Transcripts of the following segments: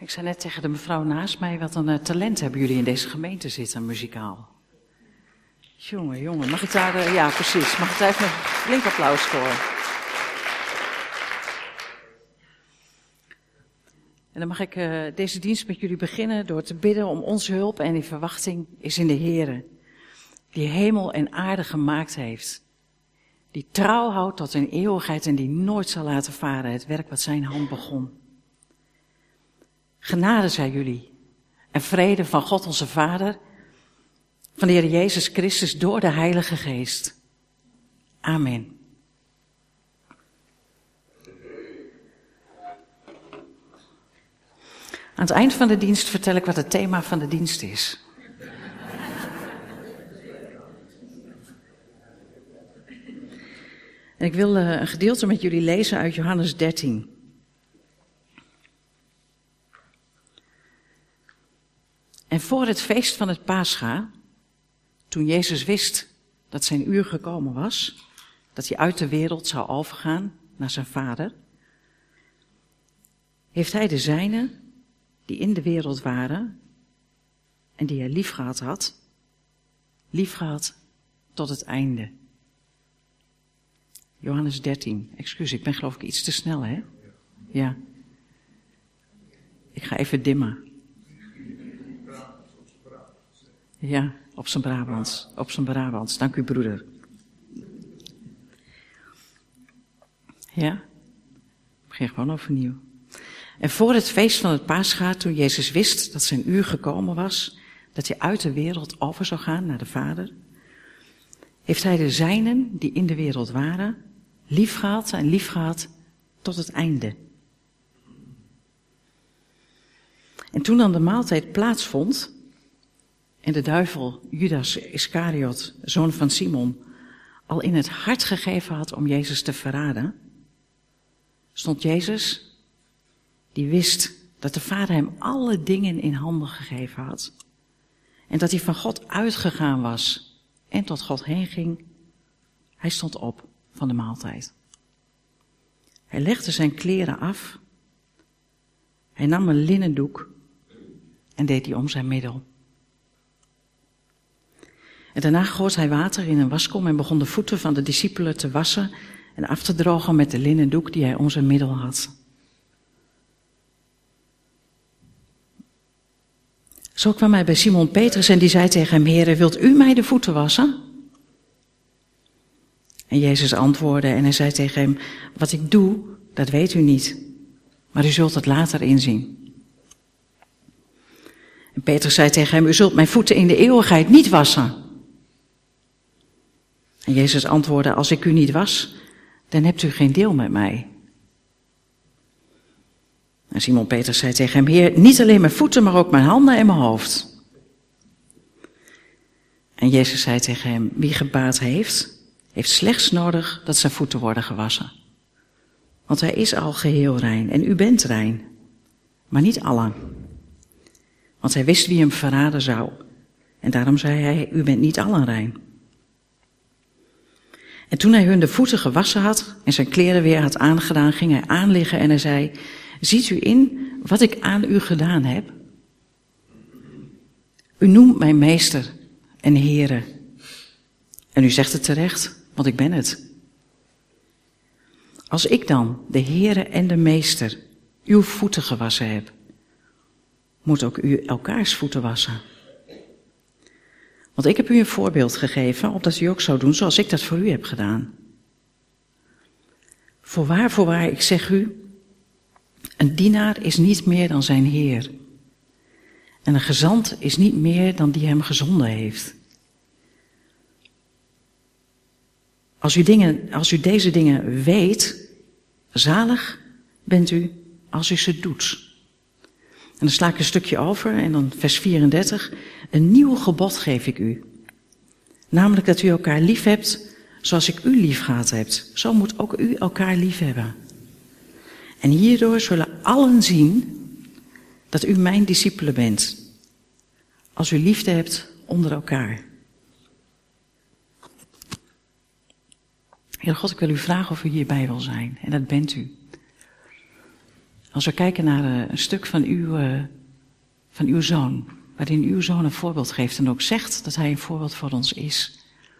Ik zei net tegen de mevrouw naast mij, wat een talent hebben jullie in deze gemeente zitten, muzikaal. Jongen, mag ik daar, ja precies, mag ik daar even een flink applaus voor. En dan mag ik deze dienst met jullie beginnen door te bidden om onze hulp en die verwachting is in de Heere, die hemel en aarde gemaakt heeft. Die trouw houdt tot in eeuwigheid en die nooit zal laten varen het werk wat zijn hand begon. Genade zij jullie en vrede van God onze Vader, van de Heer Jezus Christus door de Heilige Geest. Amen. Aan het eind van de dienst vertel ik wat het thema van de dienst is. En ik wil een gedeelte met jullie lezen uit Johannes 13. En voor het feest van het Pascha, toen Jezus wist dat zijn uur gekomen was, dat hij uit de wereld zou overgaan naar zijn Vader, heeft hij de zijnen die in de wereld waren en die hij liefgehad tot het einde. Johannes 13, excuus, ik ben geloof ik iets te snel, hè? Ja. Ik ga even dimmen. Ja, op zijn Brabants. Dank u, broeder. Ja? Ik begin gewoon overnieuw. En voor het feest van het Pascha, toen Jezus wist dat zijn uur gekomen was, dat hij uit de wereld over zou gaan naar de Vader, heeft hij de zijnen die in de wereld waren, liefgehad tot het einde. En toen dan de maaltijd plaatsvond en de duivel Judas Iscariot, zoon van Simon, al in het hart gegeven had om Jezus te verraden, stond Jezus, die wist dat de Vader hem alle dingen in handen gegeven had en dat hij van God uitgegaan was en tot God heen ging, hij stond op van de maaltijd. Hij legde zijn kleren af, hij nam een linnen doek en deed die om zijn middel. En daarna goot hij water in een waskom en begon de voeten van de discipelen te wassen en af te drogen met de linnen doek die hij om zijn middel had. Zo kwam hij bij Simon Petrus en die zei tegen hem: Heere, wilt u mij de voeten wassen? En Jezus antwoordde en hij zei tegen hem: wat ik doe, dat weet u niet, maar u zult het later inzien. En Petrus zei tegen hem: u zult mijn voeten in de eeuwigheid niet wassen. En Jezus antwoordde: als ik u niet was, dan hebt u geen deel met mij. En Simon Petrus zei tegen hem: Heer, niet alleen mijn voeten, maar ook mijn handen en mijn hoofd. En Jezus zei tegen hem: wie gebaat heeft slechts nodig dat zijn voeten worden gewassen. Want hij is al geheel rein en u bent rein, maar niet allen. Want hij wist wie hem verraden zou. En daarom zei hij: u bent niet allen rein. En toen hij hun de voeten gewassen had en zijn kleren weer had aangedaan, ging hij aanliggen en hij zei: ziet u in wat ik aan u gedaan heb? U noemt mij meester en Heere. En u zegt het terecht, want ik ben het. Als ik dan, de Heere en de meester, uw voeten gewassen heb, moet ook u elkaars voeten wassen. Want ik heb u een voorbeeld gegeven, opdat u ook zou doen zoals ik dat voor u heb gedaan. Voorwaar, ik zeg u, een dienaar is niet meer dan zijn Heer. En een gezant is niet meer dan die hem gezonden heeft. Als u deze dingen weet, zalig bent u als u ze doet. En dan sla ik een stukje over en dan vers 34. Een nieuw gebod geef ik u. Namelijk dat u elkaar lief hebt zoals ik u lief gehad heb. Zo moet ook u elkaar lief hebben. En hierdoor zullen allen zien dat u mijn discipelen bent. Als u liefde hebt onder elkaar. Heer God, ik wil u vragen of u hierbij wil zijn. En dat bent u. Als we kijken naar een stuk van uw zoon, waarin uw zoon een voorbeeld geeft en ook zegt dat hij een voorbeeld voor ons is,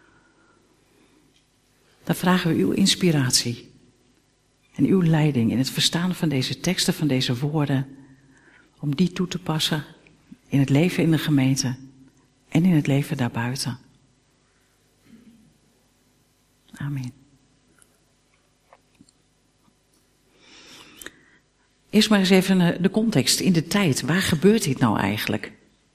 dan vragen we uw inspiratie en uw leiding in het verstaan van deze teksten, van deze woorden, om die toe te passen in het leven in de gemeente en in het leven daarbuiten. Amen. Eerst maar eens even de context in de tijd. Waar gebeurt dit nou eigenlijk?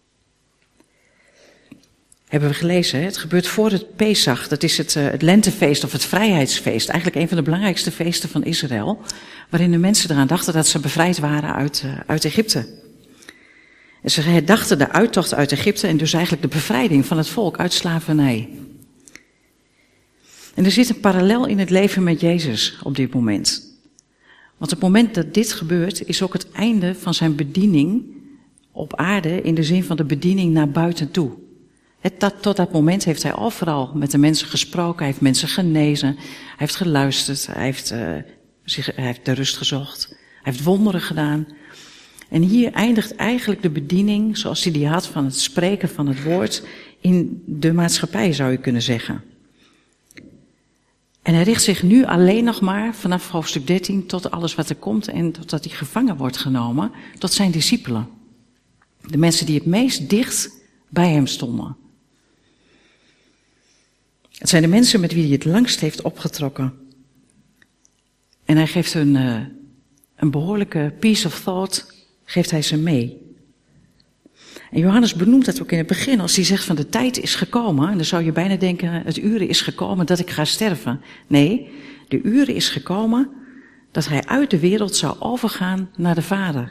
Hebben we gelezen, het gebeurt voor het Pesach. Dat is het lentefeest of het vrijheidsfeest. Eigenlijk een van de belangrijkste feesten van Israël. Waarin de mensen eraan dachten dat ze bevrijd waren uit Egypte. En ze herdachten de uittocht uit Egypte en dus eigenlijk de bevrijding van het volk uit slavernij. En er zit een parallel in het leven met Jezus op dit moment. Want op het moment dat dit gebeurt, is ook het einde van zijn bediening op aarde in de zin van de bediening naar buiten toe. Tot dat moment heeft hij overal met de mensen gesproken, hij heeft mensen genezen, hij heeft geluisterd, hij heeft de rust gezocht, hij heeft wonderen gedaan. En hier eindigt eigenlijk de bediening zoals hij die had van het spreken van het woord in de maatschappij, zou je kunnen zeggen. En hij richt zich nu alleen nog maar vanaf hoofdstuk 13 tot alles wat er komt en totdat hij gevangen wordt genomen, tot zijn discipelen. De mensen die het meest dicht bij hem stonden. Het zijn de mensen met wie hij het langst heeft opgetrokken. En hij geeft hun een behoorlijke piece of thought, geeft hij ze mee. En Johannes benoemt dat ook in het begin, als hij zegt van de tijd is gekomen, en dan zou je bijna denken, het uur is gekomen dat ik ga sterven. Nee, de uur is gekomen dat hij uit de wereld zou overgaan naar de Vader.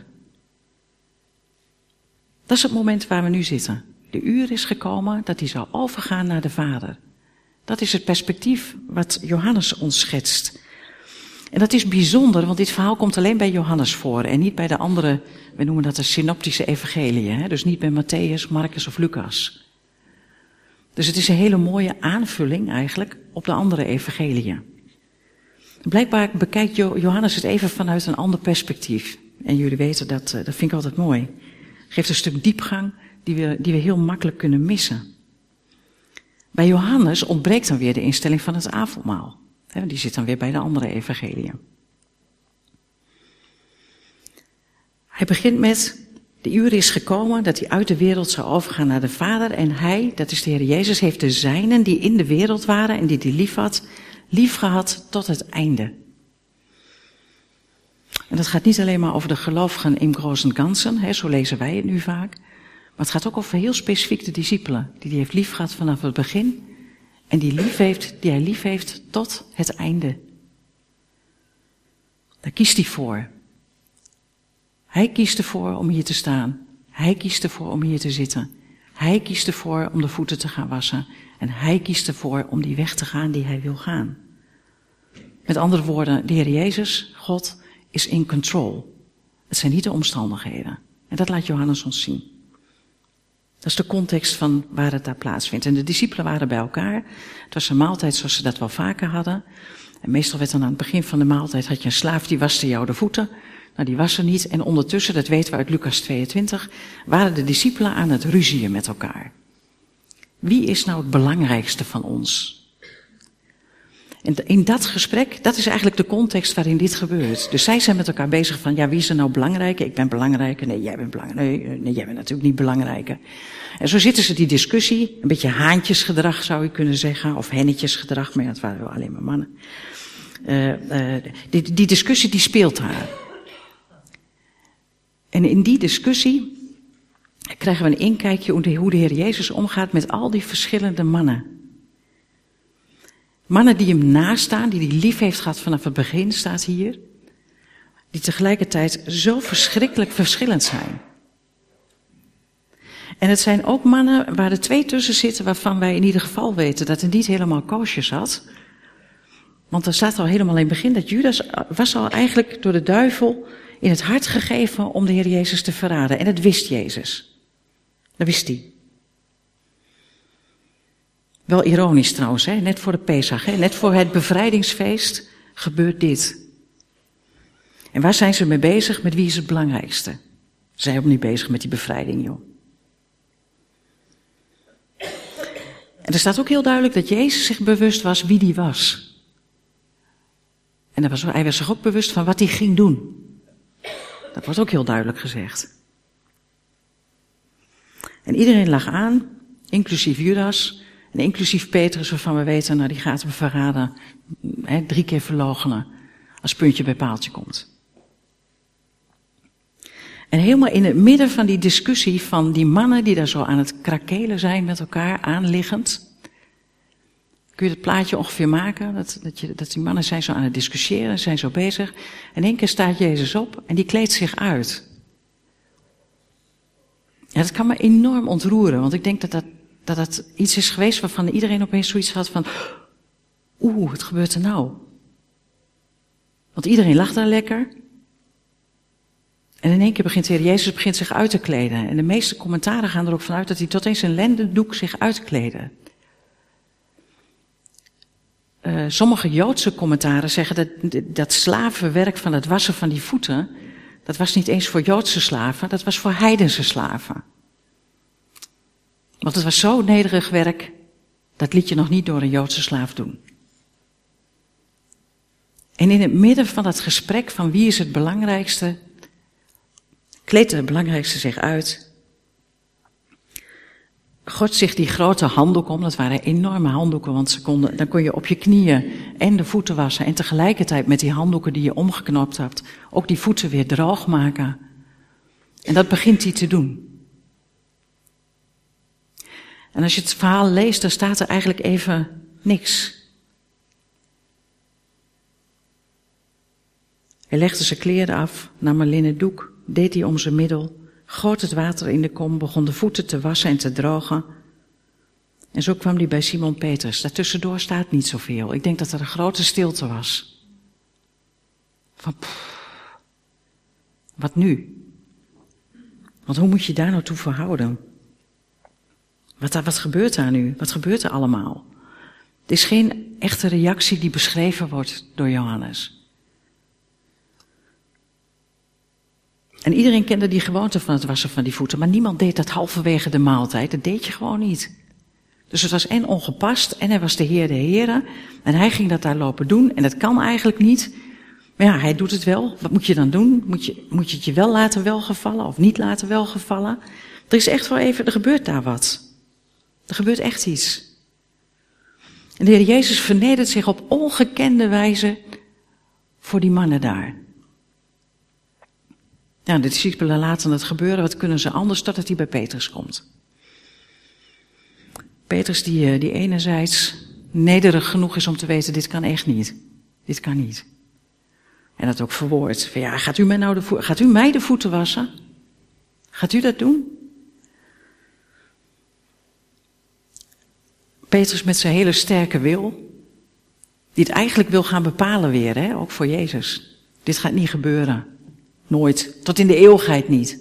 Dat is het moment waar we nu zitten. De uur is gekomen dat hij zou overgaan naar de Vader. Dat is het perspectief wat Johannes ons schetst. En dat is bijzonder, want dit verhaal komt alleen bij Johannes voor en niet bij de andere, we noemen dat de synoptische evangeliën, dus niet bij Matthäus, Marcus of Lucas. Dus het is een hele mooie aanvulling eigenlijk op de andere evangeliën. Blijkbaar bekijkt Johannes het even vanuit een ander perspectief. En jullie weten, dat vind ik altijd mooi. Geeft een stuk diepgang die we heel makkelijk kunnen missen. Bij Johannes ontbreekt dan weer de instelling van het avondmaal. Die zit dan weer bij de andere evangeliën. Hij begint met, de uur is gekomen dat hij uit de wereld zou overgaan naar de Vader. En hij, dat is de Heer Jezus, heeft de zijnen die in de wereld waren en die hij lief had, lief gehad tot het einde. En dat gaat niet alleen maar over de gelovigen im großen Ganzen, zo lezen wij het nu vaak. Maar het gaat ook over heel specifiek de discipelen, die hij heeft lief gehad vanaf het begin. En die hij lief heeft tot het einde. Daar kiest hij voor. Hij kiest ervoor om hier te staan. Hij kiest ervoor om hier te zitten. Hij kiest ervoor om de voeten te gaan wassen. En hij kiest ervoor om die weg te gaan die hij wil gaan. Met andere woorden, de Heer Jezus, God, is in control. Het zijn niet de omstandigheden. En dat laat Johannes ons zien. Dat is de context van waar het daar plaatsvindt. En de discipelen waren bij elkaar. Het was een maaltijd zoals ze dat wel vaker hadden. En meestal werd dan aan het begin van de maaltijd, had je een slaaf die waste jou de voeten. Nou, die was er niet. En ondertussen, dat weten we uit Lucas 22, waren de discipelen aan het ruzieën met elkaar. Wie is nou het belangrijkste van ons? En in dat gesprek, dat is eigenlijk de context waarin dit gebeurt. Dus zij zijn met elkaar bezig van, ja, wie is er nou belangrijker? Ik ben belangrijker. Nee, jij bent belangrijker. Nee, jij bent natuurlijk niet belangrijker. En zo zitten ze die discussie, een beetje haantjesgedrag zou je kunnen zeggen, of hennetjesgedrag, maar ja, het waren wel alleen maar mannen. Die discussie die speelt daar. En in die discussie krijgen we een inkijkje hoe de Heer Jezus omgaat met al die verschillende mannen. Mannen die hem nastaan, die hij lief heeft gehad vanaf het begin, staat hier. Die tegelijkertijd zo verschrikkelijk verschillend zijn. En het zijn ook mannen waar er twee tussen zitten waarvan wij in ieder geval weten dat het niet helemaal koosje zat. Want er staat al helemaal in het begin dat Judas was al eigenlijk door de duivel in het hart gegeven om de Heer Jezus te verraden. En dat wist Jezus. Dat wist hij. Wel ironisch trouwens, net voor de Pesach, net voor het bevrijdingsfeest gebeurt dit. En waar zijn ze mee bezig? Met wie is het belangrijkste? Ze zijn helemaal niet bezig met die bevrijding, joh. En er staat ook heel duidelijk dat Jezus zich bewust was wie die was. En hij was zich ook bewust van wat hij ging doen. Dat wordt ook heel duidelijk gezegd. En iedereen lag aan, inclusief Judas en inclusief Petrus, waarvan we weten, nou die gaat hem verraden, 3 keer verloochenen, als puntje bij paaltje komt. En helemaal in het midden van die discussie van die mannen die daar zo aan het krakelen zijn met elkaar, aanliggend. Kun je het plaatje ongeveer maken? Dat die mannen zijn zo aan het discussiëren, zijn zo bezig. En in één keer staat Jezus op en die kleedt zich uit. Ja, dat kan me enorm ontroeren, want ik denk dat iets is geweest waarvan iedereen opeens zoiets had van, wat gebeurt er nou? Want iedereen lag daar lekker. En in één keer begint Jezus zich uit te kleden. En de meeste commentaren gaan er ook vanuit dat hij tot in zijn lendendoek zich uitkleedde. Sommige Joodse commentaren zeggen dat slavenwerk van het wassen van die voeten, dat was niet eens voor Joodse slaven, dat was voor heidense slaven. Want het was zo nederig werk, dat liet je nog niet door een Joodse slaaf doen. En in het midden van dat gesprek van wie is het belangrijkste, kleedt de belangrijkste zich uit. God zich die grote handdoek om, dat waren enorme handdoeken, want dan kon je op je knieën en de voeten wassen en tegelijkertijd met die handdoeken die je omgeknopt hebt, ook die voeten weer droog maken. En dat begint hij te doen. En als je het verhaal leest, dan staat er eigenlijk even niks. Hij legde zijn kleren af, nam een linnen doek, deed die om zijn middel, goot het water in de kom, begon de voeten te wassen en te drogen. En zo kwam hij bij Simon Petrus. Daartussendoor staat niet zoveel. Ik denk dat er een grote stilte was. Van, wat nu? Want hoe moet je daar nou toe verhouden? Wat gebeurt daar nu? Wat gebeurt er allemaal? Het is geen echte reactie die beschreven wordt door Johannes. En iedereen kende die gewoonte van het wassen van die voeten, maar niemand deed dat halverwege de maaltijd. Dat deed je gewoon niet. Dus het was en ongepast en hij was de Heer der Heren en hij ging dat daar lopen doen en dat kan eigenlijk niet. Maar ja, hij doet het wel. Wat moet je dan doen? Moet je het je wel laten welgevallen of niet laten welgevallen? Er is echt wel even, er gebeurt daar wat. Er gebeurt echt iets. En de Heer Jezus vernedert zich op ongekende wijze voor die mannen daar. Ja, de discipelen laten het gebeuren, wat kunnen ze anders, totdat hij bij Petrus komt. Petrus die enerzijds nederig genoeg is om te weten, dit kan echt niet. Dit kan niet. En dat ook verwoordt. Van ja, gaat u mij de voeten wassen? Gaat u dat doen? Petrus met zijn hele sterke wil, die het eigenlijk wil gaan bepalen weer, hè, ook voor Jezus. Dit gaat niet gebeuren. Nooit. Tot in de eeuwigheid niet.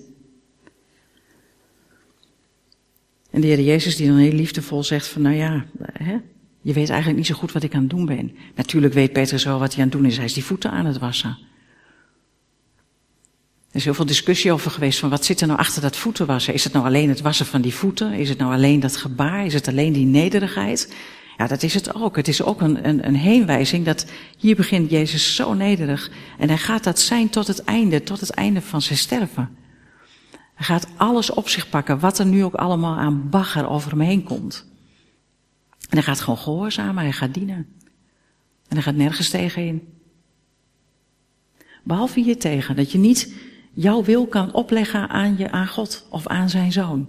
En de Heer Jezus die dan heel liefdevol zegt van, nou ja, je weet eigenlijk niet zo goed wat ik aan het doen ben. Natuurlijk weet Petrus wel wat hij aan het doen is. Hij is die voeten aan het wassen. Er is heel veel discussie over geweest van wat zit er nou achter dat voeten wassen. Is het nou alleen het wassen van die voeten? Is het nou alleen dat gebaar? Is het alleen die nederigheid? Ja, dat is het ook. Het is ook een heenwijzing dat hier begint Jezus zo nederig. En hij gaat dat zijn tot het einde van zijn sterven. Hij gaat alles op zich pakken, wat er nu ook allemaal aan bagger over hem heen komt. En hij gaat gewoon gehoorzamen, hij gaat dienen. En hij gaat nergens tegenin. Behalve hier tegen, dat je niet jouw wil kan opleggen aan God of aan zijn Zoon.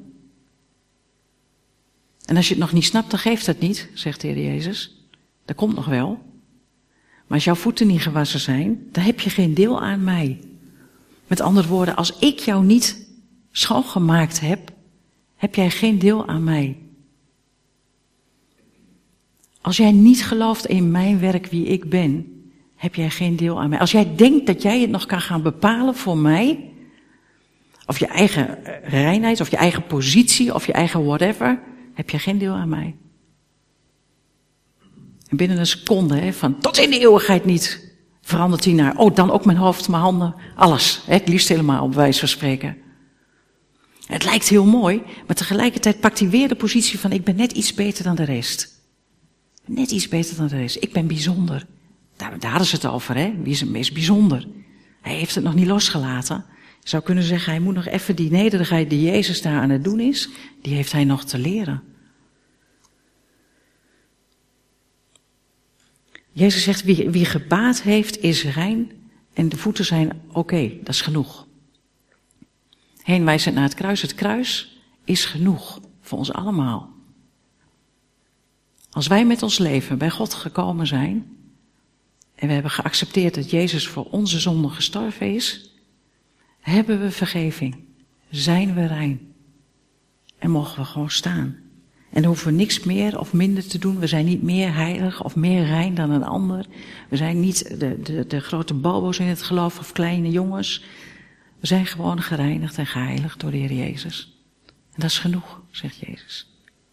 En als je het nog niet snapt, dan geeft het niet, zegt de Heer Jezus. Dat komt nog wel. Maar als jouw voeten niet gewassen zijn, dan heb je geen deel aan mij. Met andere woorden, als ik jou niet schoongemaakt heb, heb jij geen deel aan mij. Als jij niet gelooft in mijn werk wie ik ben, heb jij geen deel aan mij. Als jij denkt dat jij het nog kan gaan bepalen voor mij, of je eigen reinheid, of je eigen positie, of je eigen whatever, heb je geen deel aan mij. En binnen een seconde, van tot in de eeuwigheid niet, verandert hij naar, dan ook mijn hoofd, mijn handen, alles. Het liefst helemaal, op wijze van spreken. Het lijkt heel mooi, maar tegelijkertijd pakt hij weer de positie van, ik ben net iets beter dan de rest. Net iets beter dan de rest. Ik ben bijzonder. Daar hadden ze het over, hè? Wie is het meest bijzonder? Hij heeft het nog niet losgelaten. Je zou kunnen zeggen, hij moet nog even die nederigheid die Jezus daar aan het doen is, die heeft hij nog te leren. Jezus zegt, wie gebaat heeft is rein en de voeten zijn oké, dat is genoeg. Heen wijzend naar het kruis. Het kruis is genoeg voor ons allemaal. Als wij met ons leven bij God gekomen zijn en we hebben geaccepteerd dat Jezus voor onze zonde gestorven is, hebben we vergeving, zijn we rein en mogen we gewoon staan. En dan hoeven we niks meer of minder te doen. We zijn niet meer heilig of meer rein dan een ander. We zijn niet de grote bobo's in het geloof of kleine jongens. We zijn gewoon gereinigd en geheiligd door de Heer Jezus. En dat is genoeg, zegt Jezus.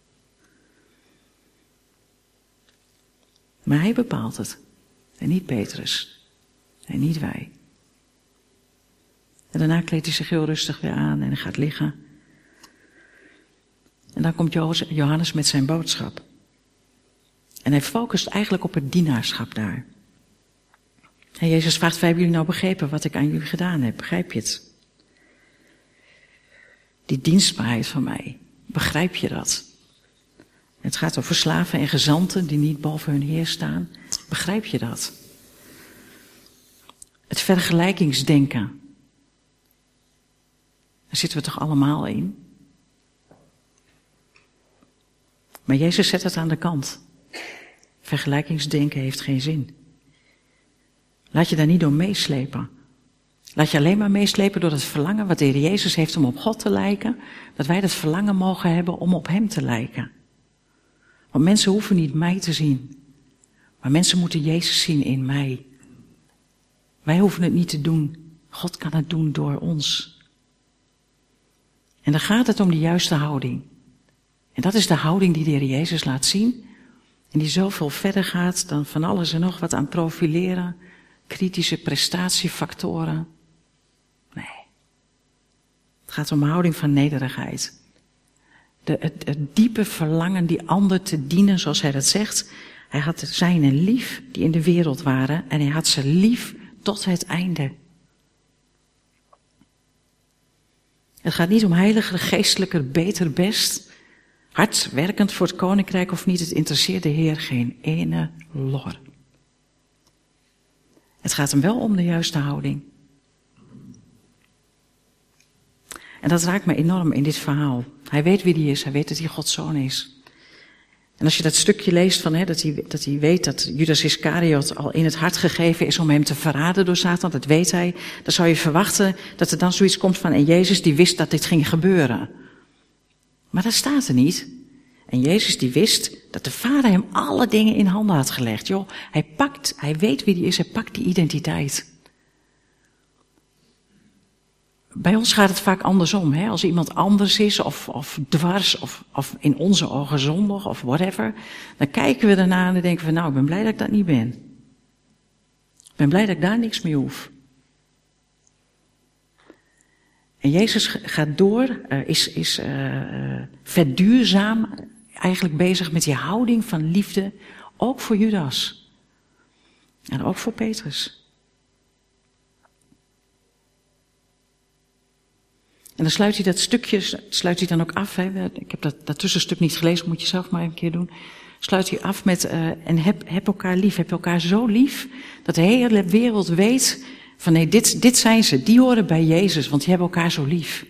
Maar hij bepaalt het. En niet Petrus. En niet wij. En daarna kleedt hij zich heel rustig weer aan en hij gaat liggen. En dan komt Johannes met zijn boodschap. En hij focust eigenlijk op het dienaarschap daar. En Jezus vraagt, hebben jullie nou begrepen wat ik aan jullie gedaan heb? Begrijp je het? Die dienstbaarheid van mij, begrijp je dat? Het gaat over slaven en gezanten die niet boven hun heer staan. Begrijp je dat? Het vergelijkingsdenken. Daar zitten we toch allemaal in? Maar Jezus zet het aan de kant. Vergelijkingsdenken heeft geen zin. Laat je daar niet door meeslepen. Laat je alleen maar meeslepen door het verlangen wat de Heer Jezus heeft om op God te lijken. Dat wij dat verlangen mogen hebben om op Hem te lijken. Want mensen hoeven niet mij te zien. Maar mensen moeten Jezus zien in mij. Wij hoeven het niet te doen. God kan het doen door ons. En dan gaat het om de juiste houding. En dat is de houding die de Heer Jezus laat zien. En die zoveel verder gaat dan van alles en nog wat aan profileren. Kritische prestatiefactoren. Nee. Het gaat om een houding van nederigheid. Het diepe verlangen die ander te dienen, zoals hij dat zegt. Hij had zijnen lief die in de wereld waren. En hij had ze lief tot het einde. Het gaat niet om heiliger, geestelijker, beter, best. Hard werkend voor het koninkrijk of niet. Het interesseert de Heer geen ene lor. Het gaat hem wel om de juiste houding. En dat raakt me enorm in dit verhaal. Hij weet wie hij is. Hij weet dat hij Gods zoon is. En als je dat stukje leest van dat hij weet dat Judas Iscariot al in het hart gegeven is om hem te verraden door Satan, dat weet hij, dan zou je verwachten dat er dan zoiets komt van, en Jezus die wist dat dit ging gebeuren. Maar dat staat er niet. En Jezus die wist dat de Vader hem alle dingen in handen had gelegd. Joh, hij weet wie hij is, hij pakt die identiteit. Bij ons gaat het vaak andersom. Hè? Als iemand anders is of dwars of in onze ogen zondig of whatever. Dan kijken we daarna en dan denken we, nou, ik ben blij dat ik dat niet ben. Ik ben blij dat ik daar niks mee hoef. En Jezus gaat door, is verduurzaam eigenlijk bezig met die houding van liefde. Ook voor Judas. En ook voor Petrus. En dan sluit hij dat stukje dan ook af. Hè. Ik heb dat tussenstuk niet gelezen, moet je zelf maar een keer doen. Sluit hij af met, en heb elkaar lief. Heb elkaar zo lief, dat de hele wereld weet van nee, dit zijn ze. Die horen bij Jezus, want die hebben elkaar zo lief.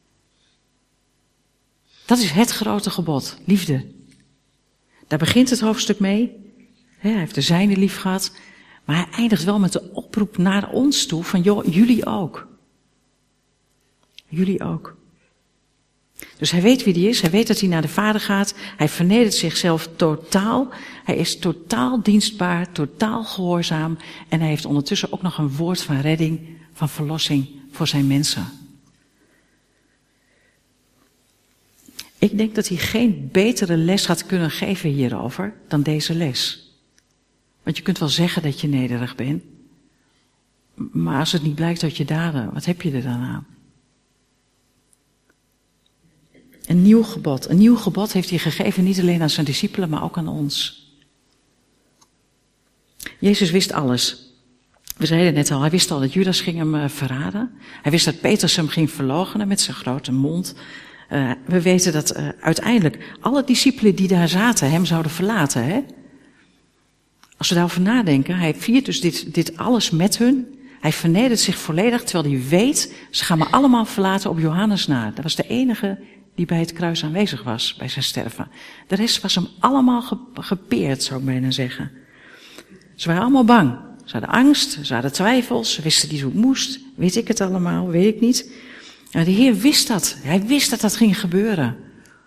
Dat is het grote gebod, liefde. Daar begint het hoofdstuk mee. Hij heeft de zijne lief gehad. Maar hij eindigt wel met de oproep naar ons toe van joh, jullie ook. Jullie ook. Dus hij weet wie hij is, hij weet dat hij naar de Vader gaat. Hij vernedert zichzelf totaal. Hij is totaal dienstbaar, totaal gehoorzaam. En hij heeft ondertussen ook nog een woord van redding, van verlossing voor zijn mensen. Ik denk dat hij geen betere les had kunnen geven hierover dan deze les. Want je kunt wel zeggen dat je nederig bent. Maar als het niet blijkt uit je daden, wat heb je er dan aan? Een nieuw gebod. Een nieuw gebod heeft hij gegeven niet alleen aan zijn discipelen, maar ook aan ons. Jezus wist alles. We zeiden net al, hij wist al dat Judas ging hem verraden. Hij wist dat Petrus hem ging verloochenen met zijn grote mond. We weten dat uiteindelijk alle discipelen die daar zaten hem zouden verlaten. Hè? Als we daarover nadenken, hij viert dus dit alles met hun. Hij vernedert zich volledig, terwijl hij weet, ze gaan me allemaal verlaten op Johannes na. Dat was de enige die bij het kruis aanwezig was, bij zijn sterven. De rest was hem allemaal gepeerd, zou ik bijna zeggen. Ze waren allemaal bang. Ze hadden angst, ze hadden twijfels, ze wisten niet hoe het moest. Weet ik het allemaal, weet ik niet. Maar de Heer wist dat. Hij wist dat dat ging gebeuren.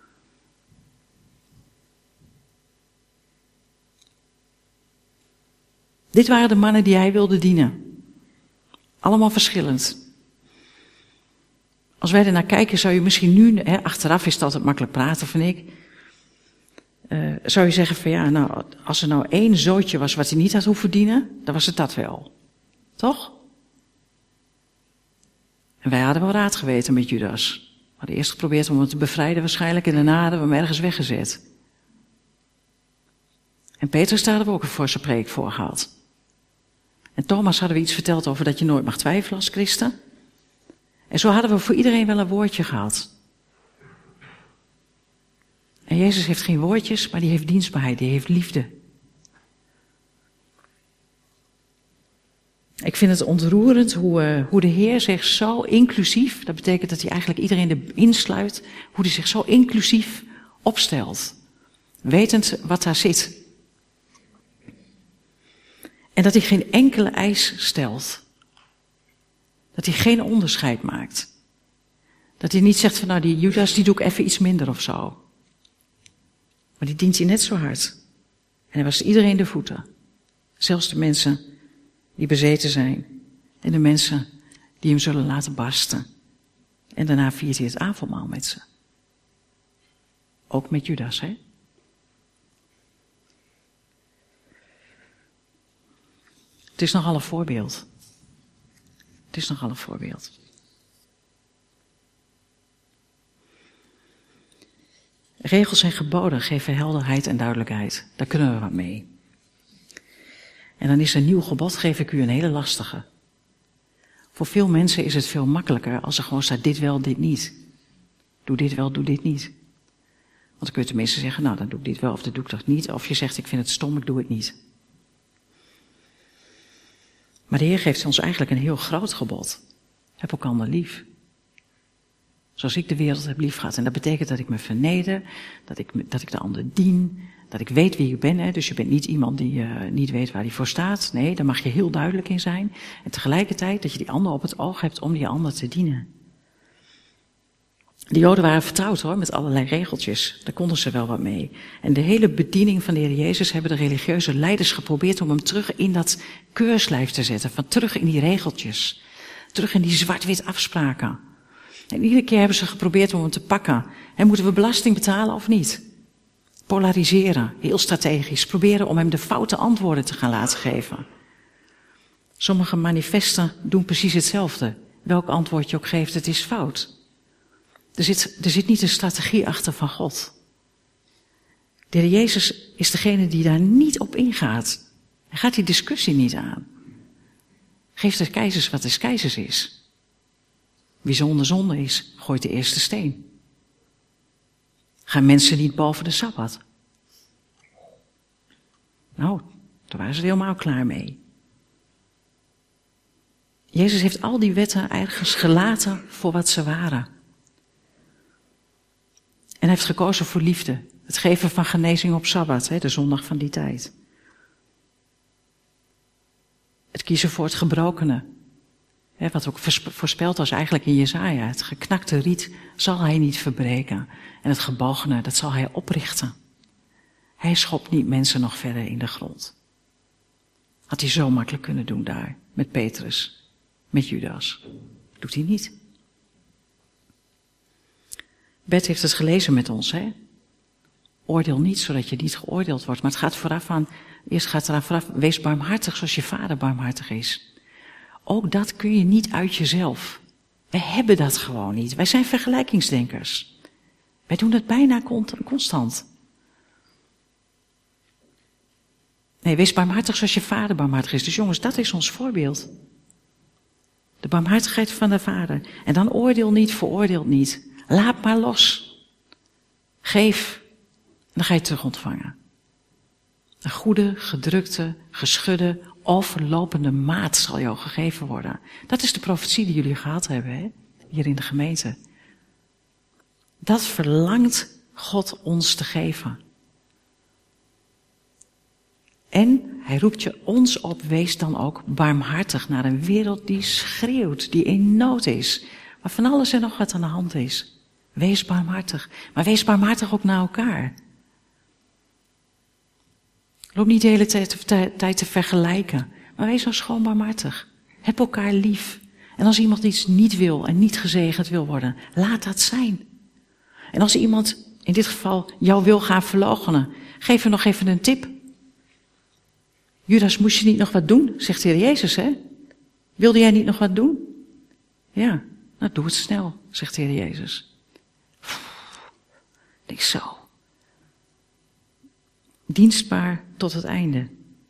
Dit waren de mannen die hij wilde dienen. Allemaal verschillend. Als wij er naar kijken, zou je misschien nu, achteraf is het altijd makkelijk praten, vind ik. Zou je zeggen van ja, nou, als er nou één zootje was wat hij niet had hoeven dienen, dan was het dat wel. Toch? En wij hadden wel raad geweten met Judas. We hadden eerst geprobeerd om hem te bevrijden waarschijnlijk en daarna hadden we hem ergens weggezet. En Petrus daar hadden we ook een forse preek voor gehad. En Thomas hadden we iets verteld over dat je nooit mag twijfelen als christen. En zo hadden we voor iedereen wel een woordje gehad. En Jezus heeft geen woordjes, maar die heeft dienstbaarheid, die heeft liefde. Ik vind het ontroerend hoe de Heer zich zo inclusief, dat betekent dat hij eigenlijk iedereen erin sluit, hoe hij zich zo inclusief opstelt. Wetend wat daar zit. En dat hij geen enkele eis stelt. Dat hij geen onderscheid maakt. Dat hij niet zegt van nou die Judas die doe ik even iets minder of zo. Maar die dient hij net zo hard. En hij was iedereen de voeten. Zelfs de mensen die bezeten zijn. En de mensen die hem zullen laten barsten. En daarna viert hij het avondmaal met ze. Ook met Judas, hè? Het is nogal een voorbeeld. Het is nogal een voorbeeld. Regels en geboden geven helderheid en duidelijkheid. Daar kunnen we wat mee. En dan is een nieuw gebod, geef ik u een hele lastige. Voor veel mensen is het veel makkelijker als er gewoon staat dit wel, dit niet. Doe dit wel, doe dit niet. Want dan kun je tenminste zeggen, nou dan doe ik dit wel of dan doe ik dat niet. Of je zegt, ik vind het stom, ik doe het niet. Maar de Heer geeft ons eigenlijk een heel groot gebod. Heb elkaar lief. Zoals ik de wereld heb liefgehad. En dat betekent dat ik me verneder, dat ik de ander dien, dat ik weet wie ik ben. Hè. Dus je bent niet iemand die niet weet waar hij voor staat. Nee, daar mag je heel duidelijk in zijn. En tegelijkertijd dat je die ander op het oog hebt om die ander te dienen. De Joden waren vertrouwd hoor, met allerlei regeltjes. Daar konden ze wel wat mee. En de hele bediening van de Heer Jezus hebben de religieuze leiders geprobeerd om hem terug in dat keurslijf te zetten. Van terug in die regeltjes. Terug in die zwart-wit afspraken. En iedere keer hebben ze geprobeerd om hem te pakken. En moeten we belasting betalen of niet? Polariseren, heel strategisch. Proberen om hem de foute antwoorden te gaan laten geven. Sommige manifesten doen precies hetzelfde. Welk antwoord je ook geeft, het is fout. Er zit niet een strategie achter van God. De Heer Jezus is degene die daar niet op ingaat. Hij gaat die discussie niet aan. Geef de keizers wat des keizers is. Wie zonder zonde is, gooit de eerste steen. Gaan mensen niet boven de Sabbat? Nou, daar waren ze helemaal klaar mee. Jezus heeft al die wetten ergens gelaten voor wat ze waren. En hij heeft gekozen voor liefde. Het geven van genezing op Sabbat, de zondag van die tijd. Het kiezen voor het gebrokene. Wat ook voorspeld was eigenlijk in Jesaja. Het geknakte riet zal hij niet verbreken. En het gebogene, dat zal hij oprichten. Hij schopt niet mensen nog verder in de grond. Had hij zo makkelijk kunnen doen daar. Met Petrus. Met Judas. Doet hij niet. Bert heeft het gelezen met ons, hè. Oordeel niet, zodat je niet geoordeeld wordt. Maar het gaat vooraf aan, eerst gaat eraan vooraf, wees barmhartig zoals je vader barmhartig is. Ook dat kun je niet uit jezelf. Wij hebben dat gewoon niet. Wij zijn vergelijkingsdenkers. Wij doen dat bijna constant. Nee, wees barmhartig zoals je vader barmhartig is. Dus jongens, dat is ons voorbeeld. De barmhartigheid van de vader. En dan oordeel niet, veroordeel niet. Laat maar los. Geef. En dan ga je terug ontvangen. Een goede, gedrukte, geschudde, overlopende maat zal jou gegeven worden. Dat is de profetie die jullie gehad hebben, hè? Hier in de gemeente. Dat verlangt God ons te geven. En hij roept je ons op, wees dan ook barmhartig naar een wereld die schreeuwt, die in nood is. Waar van alles en nog wat aan de hand is. Wees barmhartig. Maar wees barmhartig ook naar elkaar. Loop niet de hele tijd te vergelijken. Maar wees nou gewoon barmhartig. Heb elkaar lief. En als iemand iets niet wil en niet gezegend wil worden, laat dat zijn. En als iemand, in dit geval, jou wil gaan verloochenen, geef hem nog even een tip. Judas, moest je niet nog wat doen? Zegt de Heer Jezus, hè? Wilde jij niet nog wat doen? Ja, nou doe het snel, zegt de Heer Jezus. Niet zo. Dienstbaar tot het einde.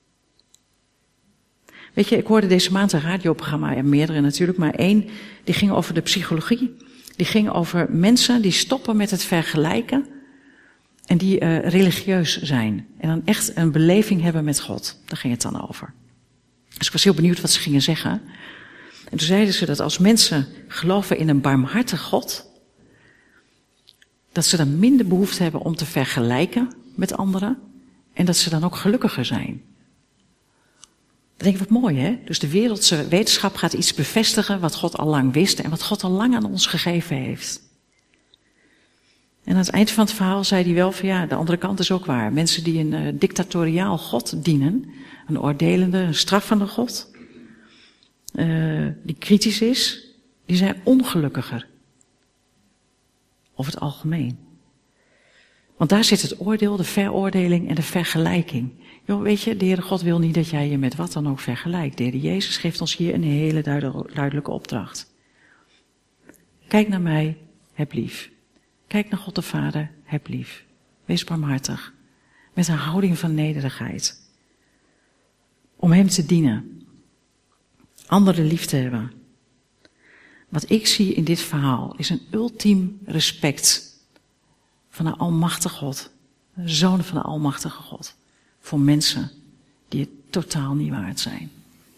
Weet je, ik hoorde deze maand een radioprogramma, en meerdere natuurlijk, maar één, die ging over de psychologie. Die ging over mensen die stoppen met het vergelijken en die religieus zijn. En dan echt een beleving hebben met God. Daar ging het dan over. Dus ik was heel benieuwd wat ze gingen zeggen. En toen zeiden ze dat als mensen geloven in een barmhartig God, dat ze dan minder behoefte hebben om te vergelijken met anderen en dat ze dan ook gelukkiger zijn. Dan denk ik, wat mooi, hè? Dus de wereldse wetenschap gaat iets bevestigen wat God al lang wist en wat God al lang aan ons gegeven heeft. En aan het eind van het verhaal zei hij wel van ja, de andere kant is ook waar. Mensen die een dictatoriaal God dienen, een oordelende, een straffende God, die kritisch is, die zijn ongelukkiger. Over het algemeen. Want daar zit het oordeel, de veroordeling en de vergelijking. Joh, weet je, de Heere God wil niet dat jij je met wat dan ook vergelijkt. De Heere Jezus geeft ons hier een hele duidelijke opdracht. Kijk naar mij, heb lief. Kijk naar God de Vader, heb lief. Wees barmhartig. Met een houding van nederigheid. Om hem te dienen. Anderen lief te hebben. Wat ik zie in dit verhaal is een ultiem respect van de almachtige God. De zoon van de almachtige God. Voor mensen die het totaal niet waard zijn.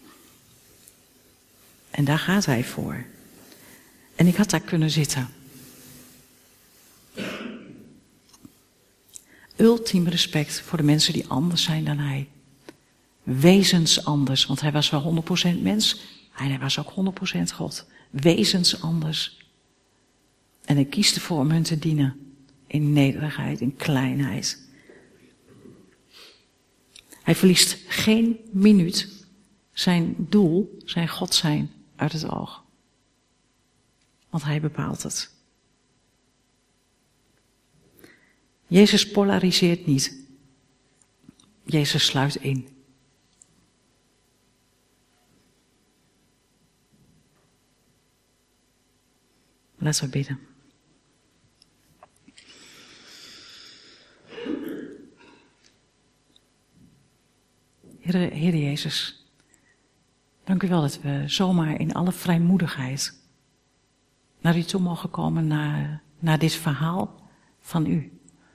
En daar gaat hij voor. En ik had daar kunnen zitten. Ultiem respect voor de mensen die anders zijn dan hij. Wezens anders, want hij was wel 100% mens. En hij was ook 100% God. Wezens anders. En hij kiest ervoor om hun te dienen. In nederigheid, in kleinheid. Hij verliest geen minuut zijn doel, zijn God zijn, uit het oog. Want hij bepaalt het. Jezus polariseert niet. Jezus sluit in. Laten we bidden. Heer Jezus, dank u wel dat we zomaar in alle vrijmoedigheid naar u toe mogen komen, naar dit verhaal van u.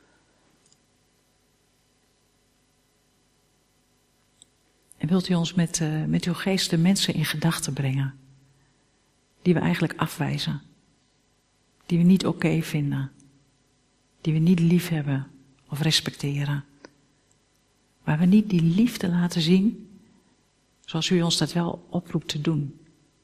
En wilt u ons met uw geest de mensen in gedachten brengen, die we eigenlijk afwijzen, die we niet oké vinden, die we niet lief hebben of respecteren. Waar we niet die liefde laten zien, zoals u ons dat wel oproept te doen.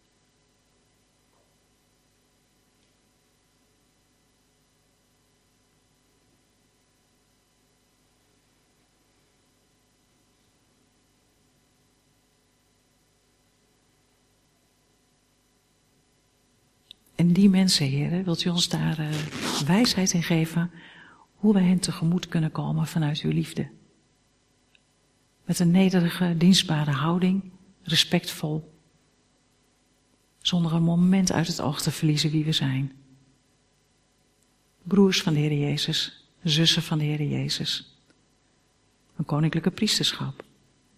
En die mensen, Heer, wilt u ons daar wijsheid in geven, hoe wij hen tegemoet kunnen komen vanuit uw liefde. Met een nederige, dienstbare houding, respectvol. Zonder een moment uit het oog te verliezen wie we zijn. Broers van de Heer Jezus, zussen van de Heer Jezus. Een koninklijke priesterschap.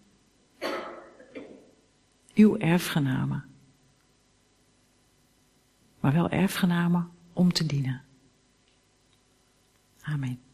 Uw erfgenamen. Maar wel erfgenamen om te dienen. Amen.